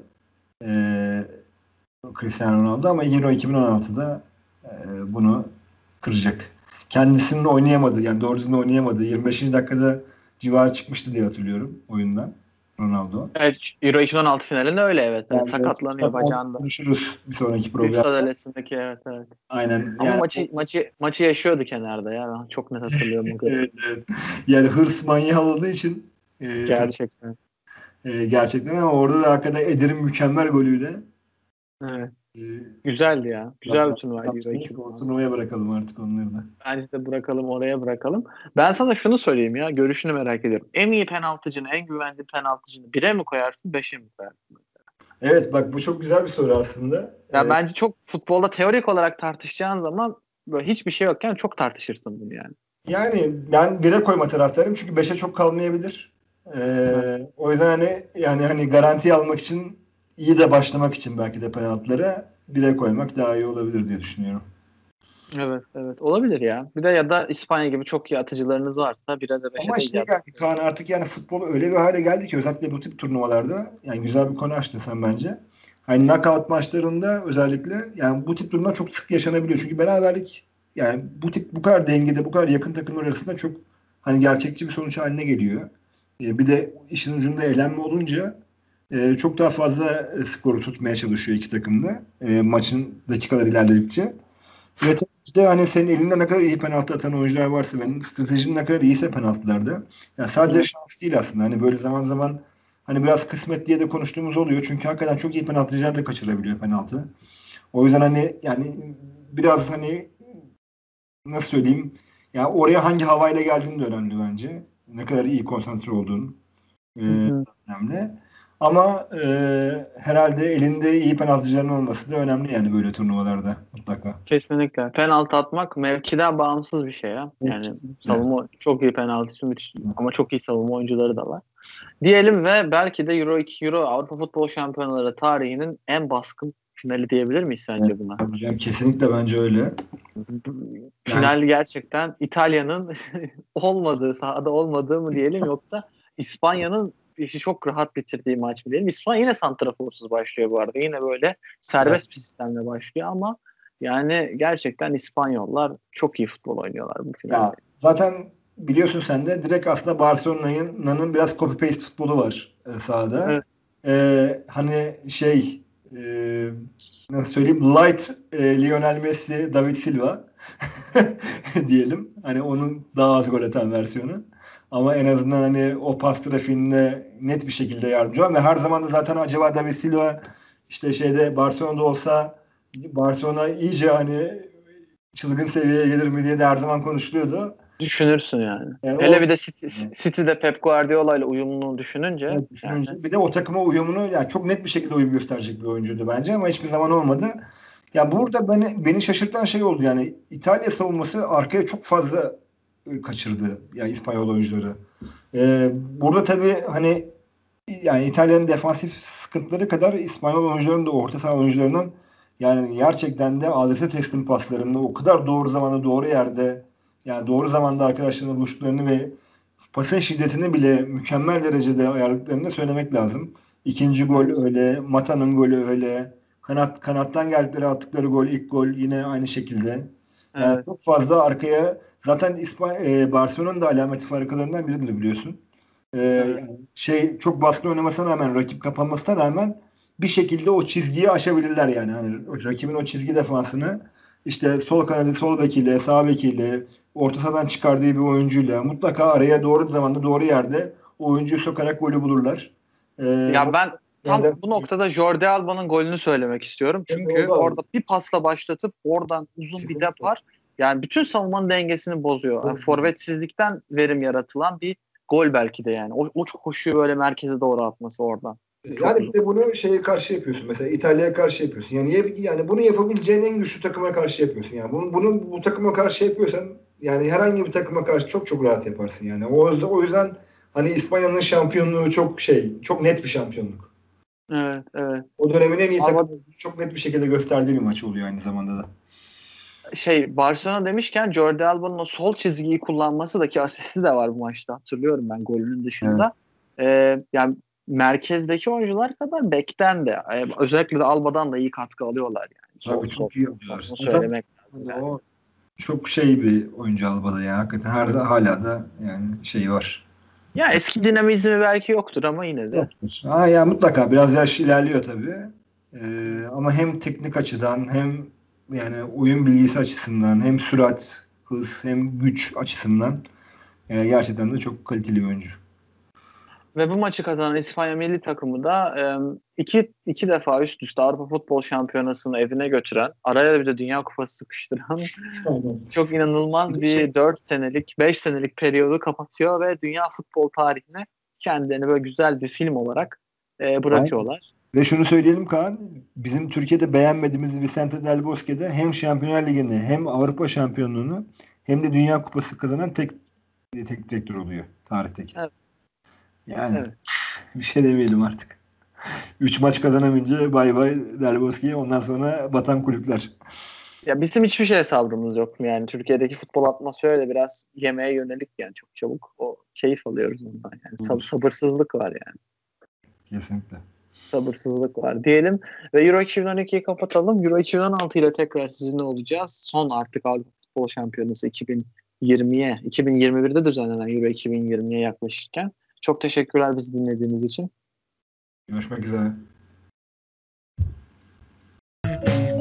E, Cristiano Ronaldo ama Euro iki bin on altıda e, bunu kıracak. Kendisinin oynayamadığı yani doğru düzgün oynayamadığı yirmi beşinci dakikada civarı çıkmıştı diye hatırlıyorum oyundan Ronaldo. Evet, Euro iki bin on altı finalinde öyle evet. Evet, Yani sakatlanıyor bacağında. konuşuruz bir sonraki Üst programda. adalesindeki evet evet. Aynen. Ama Yani maçı maçı maçı yaşıyordu kenarda ya. Ben çok net hatırlıyorum o evet, görüntüyü. evet. Yani hırs manyağı olduğu için e, Gerçekten. e, gerçekten ama orada da hakikaten Eder'in mükemmel golüyle Evet. e, Güzeldi ya. Güzel bir turnuvaydı Euro yaptınız. O iki bin on altı. turnuvaya bırakalım artık onları da. Bence de bırakalım oraya bırakalım. Ben sana şunu söyleyeyim ya. Görüşünü merak ediyorum. En iyi penaltıcını, en güvenli penaltıcını bire mi koyarsın, beşe mi koyarsın? Evet bak bu çok güzel bir soru aslında. Ya E, bence çok futbolda teorik olarak tartışacağın zaman böyle hiçbir şey yokken çok tartışırsın bunu yani. yani ben bire koyma taraftarıyım çünkü beşe çok kalmayabilir. Evet. E, o yüzden hani yani hani garanti almak için iyi de başlamak için belki de penaltılara bire koymak daha iyi olabilir diye düşünüyorum. Evet, evet. Olabilir ya. Bir de ya da İspanya gibi çok iyi atıcılarınız varsa bire de beşe Ama de şey icabet. geldi Kaan artık yani futbol öyle bir hale geldi ki özellikle bu tip turnuvalarda yani güzel bir konu açtın sen bence. Hani knockout maçlarında özellikle yani bu tip durumlar çok sık yaşanabiliyor. Çünkü beraberlik yani bu tip bu kadar dengede bu kadar yakın takımlar arasında çok hani gerçekçi bir sonuç haline geliyor. E, bir de işin ucunda elenme olunca e, çok daha fazla e, skoru tutmaya çalışıyor iki takım da e, maçın dakikalar ilerledikçe. Ve tabii ki de hani senin elinde ne kadar iyi penaltı atan oyuncular varsa benim stratejin ne kadar iyiyse penaltılarda. Yani sadece Evet. şans değil aslında. Hani böyle zaman zaman hani biraz kısmet diye de konuştuğumuz oluyor. Çünkü hakikaten çok iyi penaltıcılar da kaçırabiliyor penaltı. O yüzden hani yani biraz hani nasıl söyleyeyim ya oraya hangi havayla geldiğin de önemli bence. Ne kadar iyi konsantre olduğun e, Hı hı. önemli. Ama e, herhalde elinde iyi penaltıcıların olması da önemli yani böyle turnuvalarda mutlaka. Kesinlikle. Penaltı atmak mevkiden bağımsız bir şey ya. Yani Kesinlikle. savunma çok iyi penaltısı müthiş ama çok iyi savunma oyuncuları da var. Diyelim ve belki de Euro iki Euro Avrupa Futbol Şampiyonaları tarihinin en baskın finali diyebilir miyiz Evet, sence buna? hocam kesinlikle bence öyle. Yani Final gerçekten İtalya'nın olmadığı, sahada olmadığı mı diyelim yoksa İspanya'nın işi çok rahat bitirdiği maç mı diyelim. İspanya yine santraforsuz başlıyor bu arada. Yine böyle serbest bir sistemle başlıyor ama yani gerçekten İspanyollar çok iyi futbol oynuyorlar bu finalde. ya zaten biliyorsun sen de direkt aslında Barcelona'nın biraz copy paste futbolu var e, sahada. Evet. E, hani şey e, nasıl söyleyeyim light e, Lionel Messi, David Silva diyelim. Hani onun daha az gol atan versiyonu. Ama en azından hani o pas trafiğinde net bir şekilde yardımcı olan ve her zaman da zaten acaba David Silva işte şeyde Barcelona'da olsa Barcelona iyice hani çılgın seviyeye gelir mi diye de her zaman konuşuluyordu. Düşünürsün yani. Yani Hele o bir de City, City'de Pep Guardiola ile uyumunu düşününce evet, yani düşününce bir de o takıma uyumunu yani çok net bir şekilde uyum gösterecek bir oyuncuydu bence ama hiçbir zaman olmadı. Ya burada beni beni şaşırtan şey oldu yani İtalya savunması arkaya çok fazla e, kaçırdı yani İspanyol oyuncuları. Ee, burada tabii hani yani İtalya'nın defansif sıkıntıları kadar İspanyol oyuncuların da orta saha oyuncularının yani gerçekten de adrese teslim paslarında o kadar doğru zamanda doğru yerde yani doğru zamanda arkadaşlarına buluştuklarını ve pasın şiddetini bile mükemmel derecede ayarladıklarını söylemek lazım. İkinci gol öyle, Mata'nın golü öyle, kanat kanattan geldikleri attıkları gol, ilk gol yine aynı şekilde. Yani evet, çok fazla arkaya zaten İspa, e, Barcelona'nın da alameti farklarından biridir biliyorsun. E, evet, yani şey çok baskın oynamasına rağmen, rakip kapanmasına rağmen bir şekilde o çizgiyi aşabilirler yani. Hani rakibin o çizgi defansını işte sol kanadı, sol bekiyle, sağ bekiyle, orta sahadan çıkardığı bir oyuncuyla mutlaka araya doğru bir zamanda doğru yerde o oyuncuyu sokarak golü bulurlar. Ee, ya bu ben tam benzer bu noktada Jordi Alba'nın golünü söylemek istiyorum. Çünkü oldu abi. orada bir pasla başlatıp oradan uzun bir Kesinlikle. depar yani bütün savunmanın dengesini bozuyor. Yani forvetsizlikten verim yaratılan bir gol belki de yani. O, o çok koşuyor böyle merkeze doğru atması oradan. Çok Yani uzun. bir de bunu şeye karşı yapıyorsun. Mesela İtalya'ya karşı yapıyorsun. Yani niye yani bunu yapabileceğin en güçlü takıma karşı yapıyorsun. Yani bunu, bunu bu takıma karşı yapıyorsan yani herhangi bir takıma karşı çok çok rahat yaparsın yani. O yüzden, o yüzden hani İspanya'nın şampiyonluğu çok şey, çok net bir şampiyonluk. Evet, evet. O dönemin en iyi Ama takımı çok net bir şekilde gösterdiği bir maç oluyor aynı zamanda da. şey Barcelona demişken Jordi Alba'nın o sol çizgiyi kullanması da ki asisti de var bu maçta. Hatırlıyorum ben golünün Evet. dışında. Ee, yani merkezdeki oyuncular kadar bekten de e, özellikle de Alba'dan da iyi katkı alıyorlar yani. Sol Tabii sol. çok iyi yapıyorlar. Onu Zaten söylemek lazım hani yani. o çok şey bir oyuncu Alba'da ya. Hakikaten her hala da yani şey var. Ya eski dinamizmi belki yoktur ama yine de. Yoktur. Ha ya mutlaka biraz yaş ilerliyor tabii. Ee, ama hem teknik açıdan hem yani oyun bilgisi açısından hem sürat, hız hem güç açısından e, gerçekten de çok kaliteli bir oyuncu. Ve bu maçı kazanan İspanya milli takımı da e, iki, iki defa üst üste Avrupa Futbol Şampiyonası'nı evine götüren, araya bir de Dünya Kupası sıkıştıran çok inanılmaz Bir şey bir dört senelik, beş senelik periyodu kapatıyor ve dünya futbol tarihine kendilerini böyle güzel bir film olarak e, Aynen. bırakıyorlar. Ve şunu söyleyelim Kaan, bizim Türkiye'de beğenmediğimiz Vicente Del Bosque'de hem Şampiyonlar Ligi'ni hem Avrupa Şampiyonluğunu hem de Dünya Kupası kazanan tek tek direktör oluyor tarihteki. Evet, Yani evet. bir şey demeyelim artık. Üç maç kazanamayınca bay bay Del Bosque, ondan sonra batan kulüpler. Ya bizim hiçbir şeye sabrımız yok mu yani Türkiye'deki futbol atmosferi öyle biraz yemeğe yönelik yani çok çabuk o keyif alıyoruz ondan yani Sab- Evet, sabırsızlık var yani. kesinlikle. Sabırsızlık var diyelim ve Euro iki bin on ikiyi kapatalım. Euro iki bin on altı ile tekrar sizinle olacağız. Son artık Avrupa Futbol Şampiyonası iki bin yirmiye, iki bin yirmi birde düzenlenen Euro iki bin yirmiye yaklaşırken. Çok teşekkürler bizi dinlediğiniz için. Görüşmek üzere.